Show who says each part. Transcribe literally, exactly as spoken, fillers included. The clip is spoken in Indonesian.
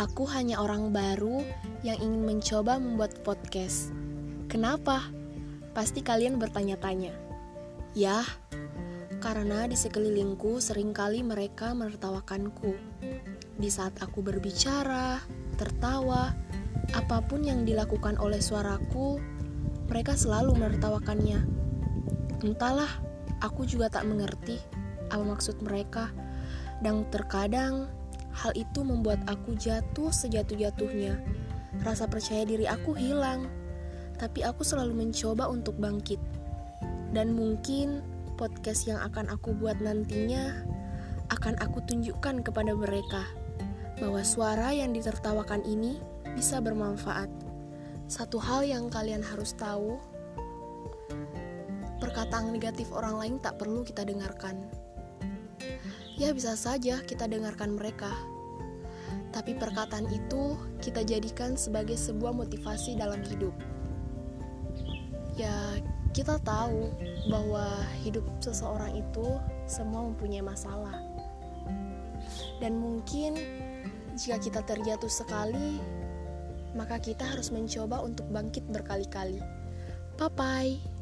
Speaker 1: Aku hanya orang baru yang ingin mencoba membuat podcast. Kenapa? Pasti kalian bertanya-tanya. Yah, karena di sekelilingku seringkali mereka menertawakanku. Di saat aku berbicara, tertawa, apapun yang dilakukan oleh suaraku, mereka selalu menertawakannya. Entahlah, aku juga tak mengerti apa maksud mereka. Dan terkadang hal itu membuat aku jatuh sejatuh-jatuhnya. Rasa percaya diri aku hilang. Tapi aku selalu mencoba untuk bangkit. Dan mungkin podcast yang akan aku buat nantinya akan aku tunjukkan kepada mereka bahwa suara yang ditertawakan ini bisa bermanfaat. Satu hal yang kalian harus tahu, perkataan negatif orang lain tak perlu kita dengarkan. Ya, bisa saja kita dengarkan mereka, tapi perkataan itu kita jadikan sebagai sebuah motivasi dalam hidup. Ya, kita tahu bahwa hidup seseorang itu semua mempunyai masalah. Dan mungkin jika kita terjatuh sekali, maka kita harus mencoba untuk bangkit berkali-kali. Bye-bye.